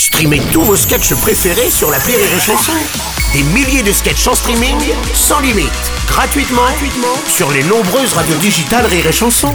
Streamez tous vos sketchs préférés sur l'appli Rire et Chanson. Des milliers de sketchs en streaming, sans limite, gratuitement sur les nombreuses radios digitales Rire et Chanson.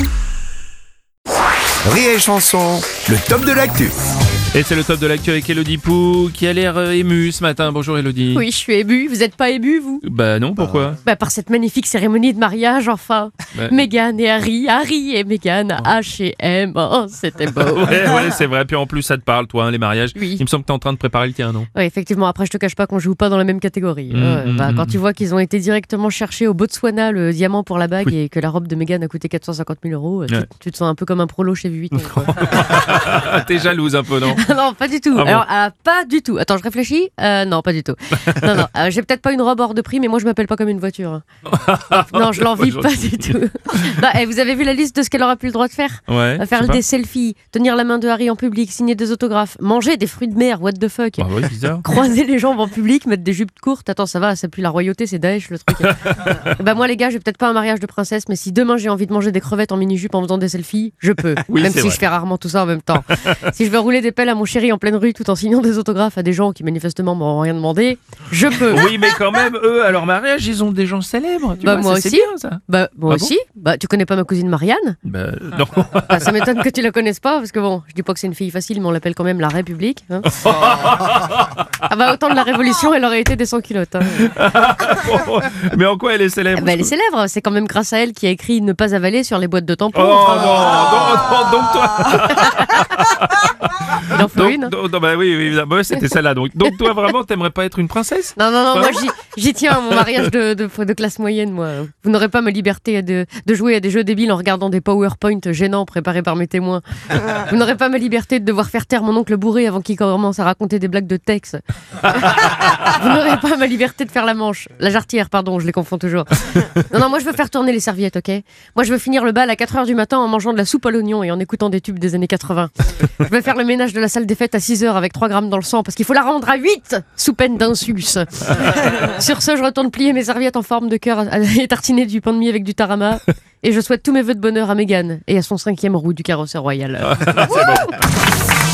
Rire et Chanson, le top de l'actu. Et c'est le top de l'actu avec Elodie Pou qui a l'air émue ce matin. Bonjour Elodie. Oui, je suis émue. Vous êtes pas ému, vous? Bah non, pourquoi? Par cette magnifique cérémonie de mariage, enfin. Meghan et Harry et Meghan, H&M. Oh, c'était beau. Ouais, c'est vrai. Puis en plus, ça te parle, toi, les mariages. Oui. Il me semble que t'es en train de préparer le tien, non? Oui, effectivement. Après, je te cache pas qu'on joue pas dans la même catégorie. Quand tu vois qu'ils ont été directement chercher au Botswana le diamant pour la bague et que la robe de Meghan a coûté 450 000 euros, tu te sens un peu comme un prolo chez Vuitton. T'es jalouse un peu, non? Non, pas du tout. Ah bon. Alors, pas du tout. Attends, je réfléchis. Non, pas du tout. Non. J'ai peut-être pas une robe hors de prix, mais moi, je m'appelle pas comme une voiture. Non, je l'envie pas du tout. Vous avez vu la liste de ce qu'elle aura plus le droit de faire? Ouais. Faire des selfies, tenir la main de Harry en public, signer des autographes, manger des fruits de mer, what the fuck. Ah ouais, bizarre. Croiser les jambes en public, mettre des jupes courtes. Attends, ça va, ça pue la royauté, c'est Daesh le truc. Moi, les gars, j'ai peut-être pas un mariage de princesse, mais si demain j'ai envie de manger des crevettes en mini-jupe en faisant des selfies, je peux. Oui, même c'est si vrai. je fais rarement tout ça en même temps. Si je veux rouler des pelles à mon chéri en pleine rue tout en signant des autographes à des gens qui manifestement m'ont rien demandé, je peux. Oui, mais quand même, eux, à leur mariage, ils ont des gens célèbres. Tu vois, moi ça, c'est aussi. bien, ça. Moi bon aussi. Tu connais pas ma cousine Marianne? Non. Ça m'étonne que tu la connaisses pas, parce que bon, je dis pas que c'est une fille facile, mais on l'appelle quand même la République. Hein. Au temps de la Révolution, elle aurait été des sans-culottes. Hein. Mais en quoi elle est célèbre? Elle est célèbre, c'est quand même grâce à elle qui a écrit ne pas avaler sur les boîtes de tampons. Oh non, donc toi. Il en faut une. Oui, c'était celle-là. Donc toi, vraiment, t'aimerais pas être une princesse? Non, moi j'y tiens à mon mariage de classe moyenne, moi. Vous n'aurez pas ma liberté de jouer à des jeux débiles en regardant des PowerPoint gênants préparés par mes témoins. Vous n'aurez pas ma liberté de devoir faire taire mon oncle bourré avant qu'il commence à raconter des blagues de texte. Vous n'aurez pas ma liberté de faire la jarretière, pardon, je les confonds toujours. Non, moi je veux faire tourner les serviettes, ok? Moi je veux finir le bal à 4h du matin en mangeant de la soupe à l'oignon et en écoutant des tubes des années 80. Je veux faire le ménage de la salle des fêtes à 6h avec 3 grammes dans le sang parce qu'il faut la rendre à 8 sous peine d'insulce. Sur ce, je retourne plier mes serviettes en forme de cœur et tartiner du pain de mie avec du tarama. Et je souhaite tous mes vœux de bonheur à Meghan et à son 5e roue du carrosseur royal. C'est bon.